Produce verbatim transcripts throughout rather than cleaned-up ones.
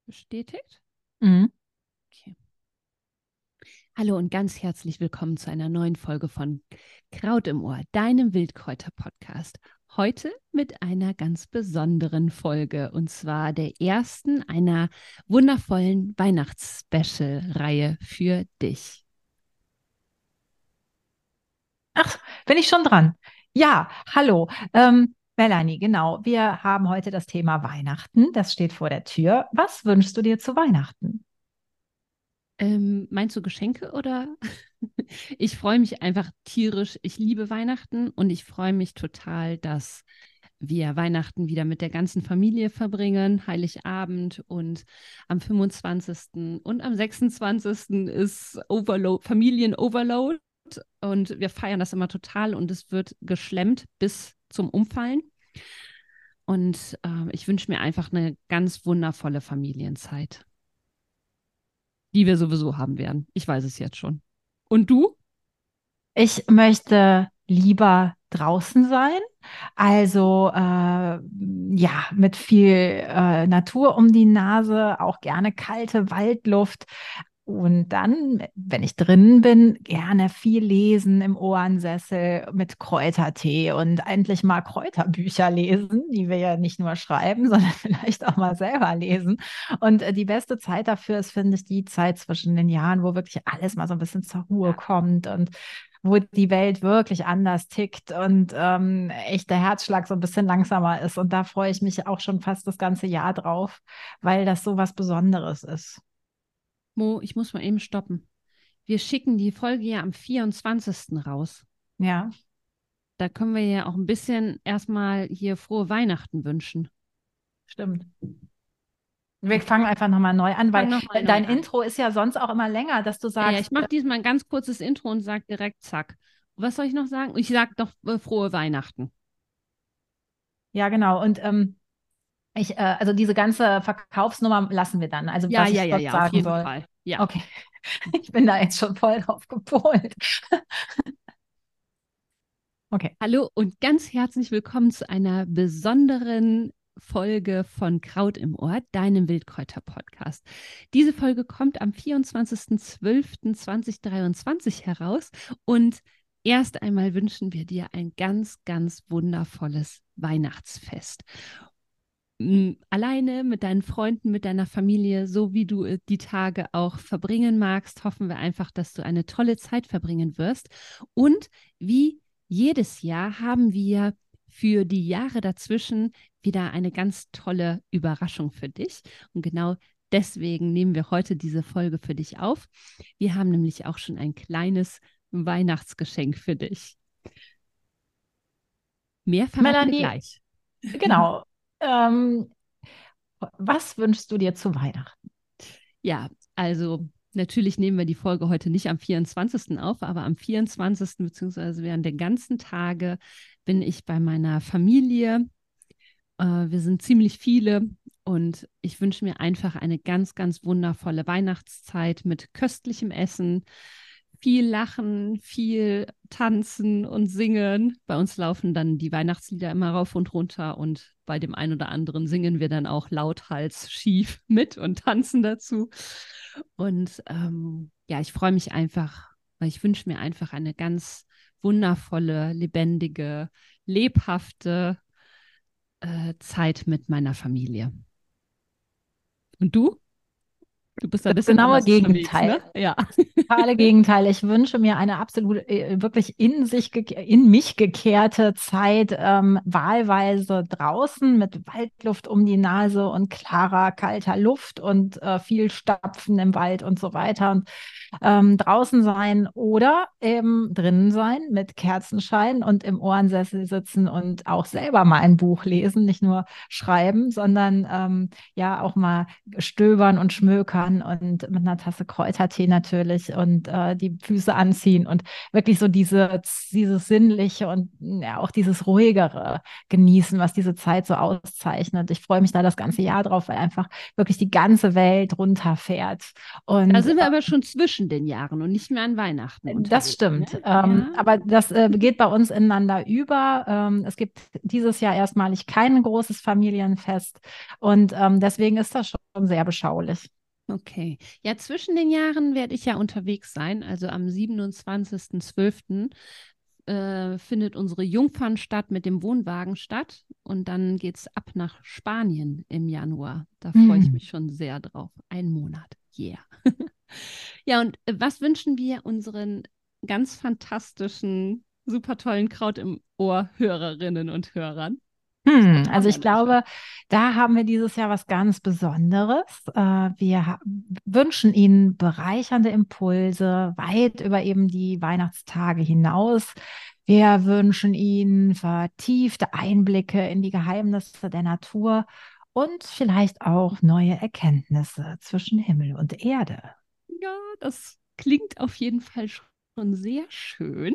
Bestätigt? Mhm. Okay. Hallo und ganz herzlich willkommen zu einer neuen Folge von Kraut im Ohr, deinem Wildkräuter-Podcast. Heute mit einer ganz besonderen Folge und zwar der ersten einer wundervollen Weihnachts-Special-Reihe für dich. Ach, bin ich schon dran? Ja, hallo. Ähm, Melanie, genau. Wir haben heute das Thema Weihnachten. Das steht vor der Tür. Was wünschst du dir zu Weihnachten? Ähm, meinst du Geschenke oder? Ich freue mich einfach tierisch. Ich liebe Weihnachten und ich freue mich total, dass wir Weihnachten wieder mit der ganzen Familie verbringen, Heiligabend und am fünfundzwanzigsten und am sechsundzwanzigsten ist Overload, Familien-Overload und wir feiern das immer total und es wird geschlemmt bis zum Umfallen. Und äh, ich wünsche mir einfach eine ganz wundervolle Familienzeit, die wir sowieso haben werden. Ich weiß es jetzt schon. Und du? Ich möchte lieber draußen sein, also äh, ja, mit viel äh, Natur um die Nase, auch gerne kalte Waldluft. Und dann, wenn ich drinnen bin, gerne viel lesen im Ohrensessel mit Kräutertee und endlich mal Kräuterbücher lesen, die wir ja nicht nur schreiben, sondern vielleicht auch mal selber lesen. Und äh, die beste Zeit dafür ist, finde ich, die Zeit zwischen den Jahren, wo wirklich alles mal so ein bisschen zur Ruhe Ja. kommt und wo die Welt wirklich anders tickt und ähm, echt der Herzschlag so ein bisschen langsamer ist. Und da freue ich mich auch schon fast das ganze Jahr drauf, weil das so was Besonderes ist. Mo, ich muss mal eben stoppen. Wir schicken die Folge ja am vierundzwanzigsten raus. Ja. Da können wir ja auch ein bisschen erstmal hier frohe Weihnachten wünschen. Stimmt. Wir fangen einfach nochmal neu an, weil Fang nochmal neu dein an. Intro ist ja sonst auch immer länger, dass du Ja, ja, sagst, ich mache diesmal ein ganz kurzes Intro und sage direkt zack. Was soll ich noch sagen? Ich sage doch äh, frohe Weihnachten. ja, genau. Und ähm, ich, äh, also diese ganze Verkaufsnummer lassen wir dann. Also Ja, was ja, ich ja, sonst ja, auf sagen jeden soll. Fall. Ja. Okay. Ich bin da jetzt schon voll drauf gepolt. Okay. Hallo und ganz herzlich willkommen zu einer besonderen Folge von Kraut im Ohr, deinem Wildkräuter-Podcast. Diese Folge kommt am vierundzwanzigsten zwölften zweitausenddreiundzwanzig heraus und erst einmal wünschen wir dir ein ganz, ganz wundervolles Weihnachtsfest. Mm, Alleine mit deinen Freunden, mit deiner Familie, so wie du äh, die Tage auch verbringen magst, hoffen wir einfach, dass du eine tolle Zeit verbringen wirst. Und wie jedes Jahr haben wir für die Jahre dazwischen wieder eine ganz tolle Überraschung für dich. Und genau deswegen nehmen wir heute diese Folge für dich auf. Wir haben nämlich auch schon ein kleines Weihnachtsgeschenk für dich. Mehr verraten wir Melanie, gleich. genau. Ähm, was wünschst du dir zu Weihnachten? Ja, also natürlich nehmen wir die Folge heute nicht am vierundzwanzigsten auf, aber am vierundzwanzigsten beziehungsweise während der ganzen Tage bin ich bei meiner Familie. Äh, wir sind ziemlich viele und ich wünsche mir einfach eine ganz, ganz wundervolle Weihnachtszeit mit köstlichem Essen, viel Lachen, viel Tanzen und Singen. Bei uns laufen dann die Weihnachtslieder immer rauf und runter und bei dem einen oder anderen singen wir dann auch lauthals schief mit und tanzen dazu. Und ähm, ja, ich freue mich einfach, weil ich wünsche mir einfach eine ganz wundervolle, lebendige, lebhafte äh, Zeit mit meiner Familie. Und du? Du bist ein Das bisschen genaue anders unterwegs, Gegenteil. ne? Ja. Totale Gegenteil. Ich wünsche mir eine absolut äh, wirklich in sich, geke- in mich gekehrte Zeit, ähm, wahlweise draußen mit Waldluft um die Nase und klarer, kalter Luft und äh, viel Stapfen im Wald und so weiter. Und ähm, draußen sein oder eben drinnen sein mit Kerzenschein und im Ohrensessel sitzen und auch selber mal ein Buch lesen, nicht nur schreiben, sondern ähm, ja auch mal stöbern und schmökern und mit einer Tasse Kräutertee natürlich und äh, die Füße anziehen und wirklich so diese, dieses Sinnliche und ja, auch dieses Ruhigere genießen, was diese Zeit so auszeichnet. Ich freue mich da das ganze Jahr drauf, weil einfach wirklich die ganze Welt runterfährt. Da Und sind wir aber schon zwischen den Jahren und nicht mehr an Weihnachten das unterwegs, ne? stimmt. Ähm, Ja. aber das äh, geht bei uns ineinander über. Ähm, es gibt dieses Jahr erstmalig kein großes Familienfest. Und ähm, deswegen ist das schon sehr beschaulich. Okay. Ja, zwischen den Jahren werde ich ja unterwegs sein. Also am siebenundzwanzigsten zwölften äh, findet unsere Jungfernstadt mit dem Wohnwagen statt. Und dann geht es ab nach Spanien im Januar. Da freue ich Hm. mich schon sehr drauf. Ein Monat. Yeah. Ja, und äh, was wünschen wir unseren ganz fantastischen, super tollen Kraut im Ohr Hörerinnen und Hörern? Hm, Was haben also wir ich denn schon? glaube, da haben wir dieses Jahr was ganz Besonderes. Äh, wir ha- wünschen Ihnen bereichernde Impulse weit über eben die Weihnachtstage hinaus. Wir wünschen Ihnen vertiefte Einblicke in die Geheimnisse der Natur und vielleicht auch neue Erkenntnisse zwischen Himmel und Erde. Ja, das klingt auf jeden Fall schon sehr schön.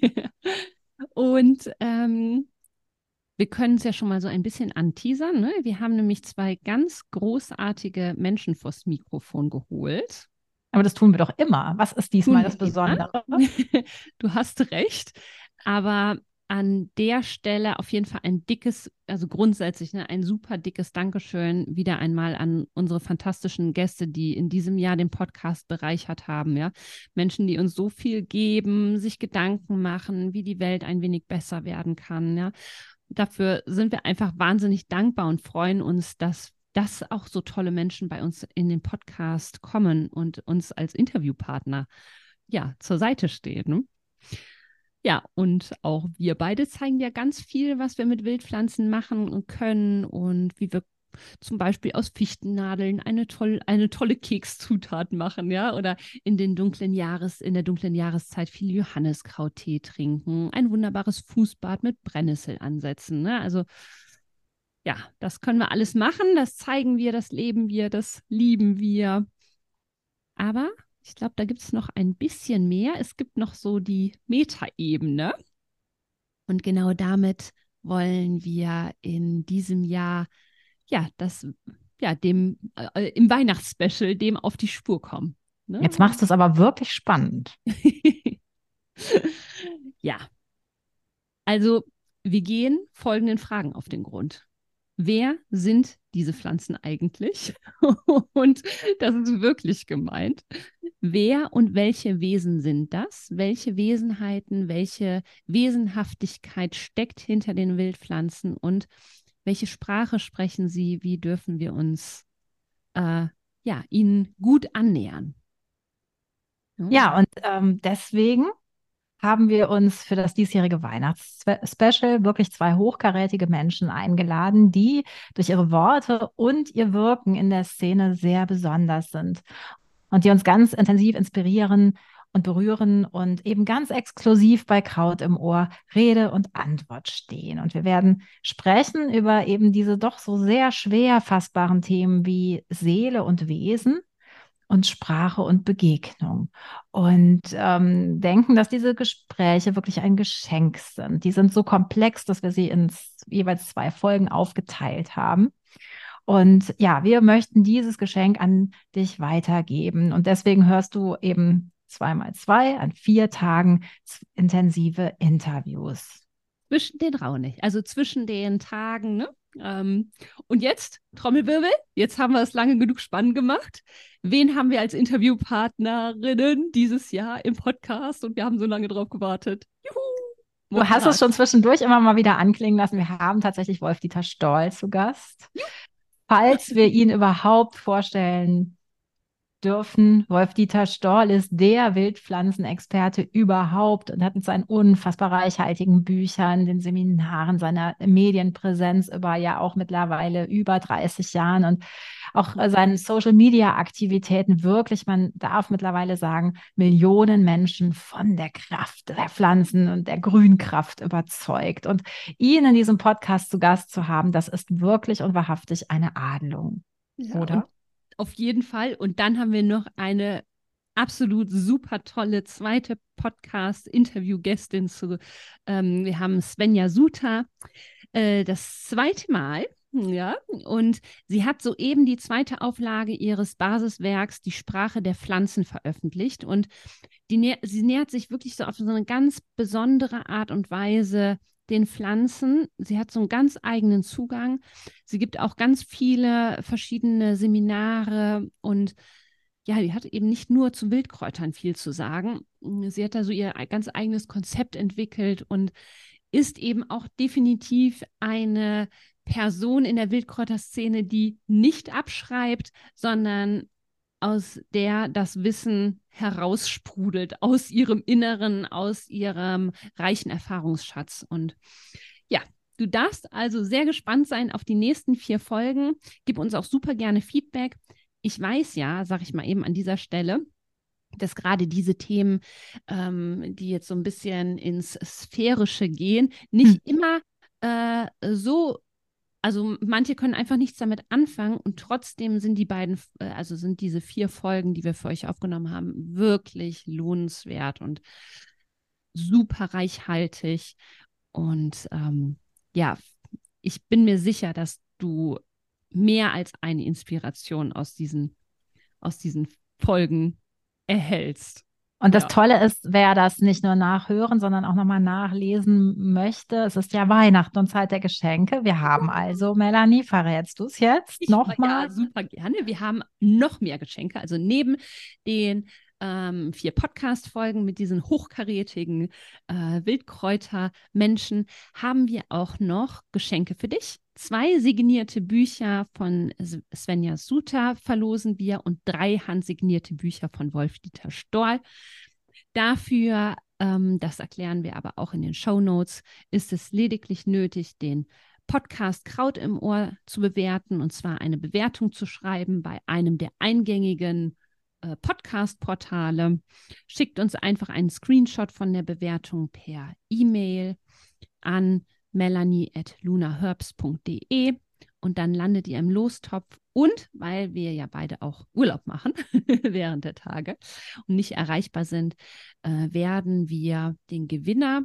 Und ähm, wir können es ja schon mal so ein bisschen anteasern. Ne? Wir haben nämlich zwei ganz großartige Menschen vors Mikrofon geholt. Aber das tun wir doch immer. Was ist diesmal Tun das wir immer. Besondere? Du hast recht. Aber an der Stelle auf jeden Fall ein dickes, also grundsätzlich ne, ein super dickes Dankeschön wieder einmal an unsere fantastischen Gäste, die in diesem Jahr den Podcast bereichert haben. Ja? Menschen, die uns so viel geben, sich Gedanken machen, wie die Welt ein wenig besser werden kann. Ja? Dafür sind wir einfach wahnsinnig dankbar und freuen uns, dass dass auch so tolle Menschen bei uns in den Podcast kommen und uns als Interviewpartner ja zur Seite stehen. Ne? Ja, und auch wir beide zeigen ja ganz viel, was wir mit Wildpflanzen machen können und wie wir zum Beispiel aus Fichtennadeln eine, toll, eine tolle Kekszutat machen, ja, oder in den dunklen Jahres, in der dunklen Jahreszeit viel Johanniskrauttee trinken, ein wunderbares Fußbad mit Brennnessel ansetzen, ne? Also ja, das können wir alles machen, das zeigen wir, das leben wir, das lieben wir. Aber ich glaube, da gibt es noch ein bisschen mehr. Es gibt noch so die Metaebene. Und genau damit wollen wir in diesem Jahr, ja, das, ja, dem, äh, im Weihnachtsspecial, dem auf die Spur kommen. Ne? Jetzt machst du es aber wirklich spannend. Ja, also wir gehen folgenden Fragen auf den Grund. Wer sind diese Pflanzen eigentlich? Und das ist wirklich gemeint. Wer und welche Wesen sind das? Welche Wesenheiten, welche Wesenhaftigkeit steckt hinter den Wildpflanzen und welche Sprache sprechen sie? Wie dürfen wir uns äh, ja, ihnen gut annähern? Ja. Ja, und ähm, deswegen haben wir uns für das diesjährige Weihnachtsspecial wirklich zwei hochkarätige Menschen eingeladen, die durch ihre Worte und ihr Wirken in der Szene sehr besonders sind und die uns ganz intensiv inspirieren und berühren und eben ganz exklusiv bei Kraut im Ohr Rede und Antwort stehen. Und wir werden sprechen über eben diese doch so sehr schwer fassbaren Themen wie Seele und Wesen und Sprache und Begegnung und ähm, denken, dass diese Gespräche wirklich ein Geschenk sind. Die sind so komplex, dass wir sie in jeweils zwei Folgen aufgeteilt haben. Und ja, wir möchten dieses Geschenk an dich weitergeben. Und deswegen hörst du eben zweimal zwei an vier Tagen intensive Interviews. Zwischen den Raunig, also zwischen den Tagen, ne? Ähm, und jetzt, Trommelwirbel, jetzt haben wir es lange genug spannend gemacht. Wen haben wir als Interviewpartnerinnen dieses Jahr im Podcast? Und wir haben so lange drauf gewartet. Juhu! Du hast es Moderat. schon zwischendurch immer mal wieder anklingen lassen. Wir haben tatsächlich Wolf-Dieter Stoll zu Gast. Falls wir ihn überhaupt vorstellen dürfen. Wolf-Dieter Stoll ist der Wildpflanzenexperte überhaupt und hat mit seinen unfassbar reichhaltigen Büchern, den Seminaren, seiner Medienpräsenz über ja auch mittlerweile über dreißig Jahren und auch seinen Social-Media-Aktivitäten wirklich, man darf mittlerweile sagen, Millionen Menschen von der Kraft der Pflanzen und der Grünkraft überzeugt. Und ihn in diesem Podcast zu Gast zu haben, das ist wirklich und wahrhaftig eine Adelung. Ja, und Oder? auf jeden Fall. Und dann haben wir noch eine absolut super tolle zweite Podcast-Interview-Gästin zu. Ähm, wir haben Svenja Suter, äh, das zweite Mal. Ja, und sie hat soeben die zweite Auflage ihres Basiswerks Die Sprache der Pflanzen veröffentlicht. Und die nä sie nähert sich wirklich so auf so eine ganz besondere Art und Weise den Pflanzen. Sie hat so einen ganz eigenen Zugang. Sie gibt auch ganz viele verschiedene Seminare und ja, die hat eben nicht nur zu Wildkräutern viel zu sagen. Sie hat da so ihr ganz eigenes Konzept entwickelt und ist eben auch definitiv eine Person in der Wildkräuterszene, die nicht abschreibt, sondern aus der das Wissen heraussprudelt, aus ihrem Inneren, aus ihrem reichen Erfahrungsschatz. Und ja, du darfst also sehr gespannt sein auf die nächsten vier Folgen. Gib uns auch super gerne Feedback. Ich weiß ja, sage ich mal eben an dieser Stelle, dass gerade diese Themen, ähm, die jetzt so ein bisschen ins Sphärische gehen, nicht hm. immer äh, so, also manche können einfach nichts damit anfangen und trotzdem sind die beiden, äh, also sind diese vier Folgen, die wir für euch aufgenommen haben, wirklich lohnenswert und super reichhaltig. Und ähm, ja, ich bin mir sicher, dass du mehr als eine Inspiration aus diesen, aus diesen Folgen erhältst. Und das Ja. Tolle ist, wer das nicht nur nachhören, sondern auch nochmal nachlesen möchte, es ist ja Weihnachten und Zeit der Geschenke. Wir haben also, Melanie, verrätst du es jetzt nochmal? Ja, super gerne. Wir haben noch mehr Geschenke. Also neben den ähm, vier Podcast-Folgen mit diesen hochkarätigen äh, Wildkräuter-Menschen haben wir auch noch Geschenke für dich. Zwei signierte Bücher von Svenja Suter verlosen wir und drei handsignierte Bücher von Wolf-Dieter Storl. Dafür, ähm, das erklären wir aber auch in den Shownotes, ist es lediglich nötig, den Podcast Kraut im Ohr zu bewerten und zwar eine Bewertung zu schreiben bei einem der eingängigen äh, Podcast-Portale. Schickt uns einfach einen Screenshot von der Bewertung per E-Mail an melanie at lunaherbs punkt de und dann landet ihr im Lostopf. Und weil wir ja beide auch Urlaub machen während der Tage und nicht erreichbar sind, äh, werden wir den Gewinner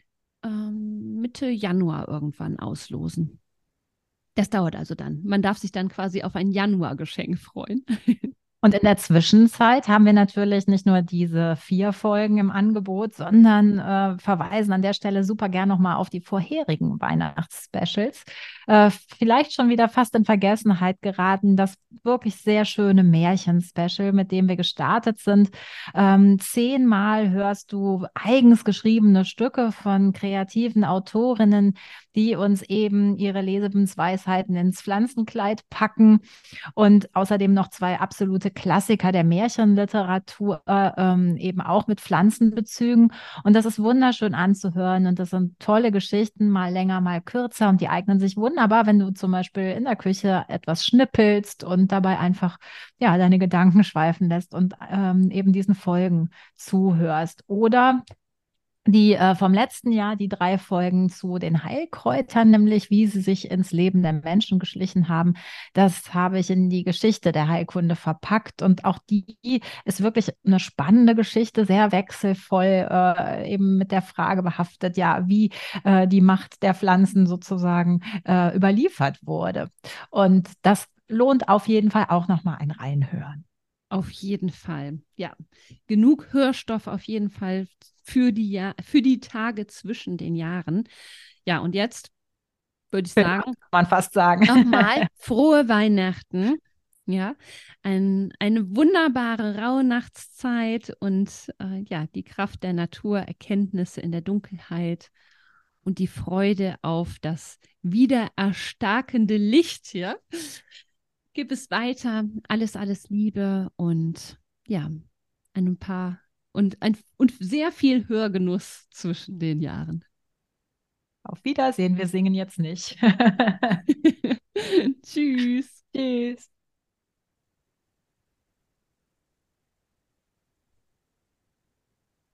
ähm, Mitte Januar irgendwann auslosen. Das dauert also dann. Man darf sich dann quasi auf ein Januar-Geschenk freuen. Und in der Zwischenzeit haben wir natürlich nicht nur diese vier Folgen im Angebot, sondern äh, verweisen an der Stelle super gern nochmal auf die vorherigen Weihnachtsspecials. Äh, vielleicht schon wieder fast in Vergessenheit geraten, das wirklich sehr schöne Märchen-Special, mit dem wir gestartet sind. Ähm, zehnmal hörst du eigens geschriebene Stücke von kreativen Autorinnen, die uns eben ihre Lebensweisheiten ins Pflanzenkleid packen und außerdem noch zwei absolute Klassiker der Märchenliteratur, äh, ähm, eben auch mit Pflanzenbezügen. Und das ist wunderschön anzuhören und das sind tolle Geschichten, mal länger, mal kürzer und die eignen sich wunderbar, wenn du zum Beispiel in der Küche etwas schnippelst und dabei einfach ja deine Gedanken schweifen lässt und ähm, eben diesen Folgen zuhörst. Oder die äh, vom letzten Jahr, die drei Folgen zu den Heilkräutern, nämlich wie sie sich ins Leben der Menschen geschlichen haben. Das habe ich in die Geschichte der Heilkunde verpackt und auch die ist wirklich eine spannende Geschichte, sehr wechselvoll, äh, eben mit der Frage behaftet, ja, wie äh, die Macht der Pflanzen sozusagen äh, überliefert wurde. Und das lohnt auf jeden Fall auch nochmal ein Reinhören. Auf jeden Fall, ja. Genug Hörstoff auf jeden Fall für die, ja für die Tage zwischen den Jahren. Ja, und jetzt würde ich sagen, kann man fast sagen. Nochmal frohe Weihnachten. Ja, ein, eine wunderbare Rauhnachtszeit und äh, ja, die Kraft der Natur, Erkenntnisse in der Dunkelheit und die Freude auf das wiedererstarkende Licht, ja. Gib es weiter, alles, alles Liebe und ja, ein paar und, ein, und sehr viel Hörgenuss zwischen den Jahren. Auf Wiedersehen, wir singen jetzt nicht. Tschüss. Tschüss.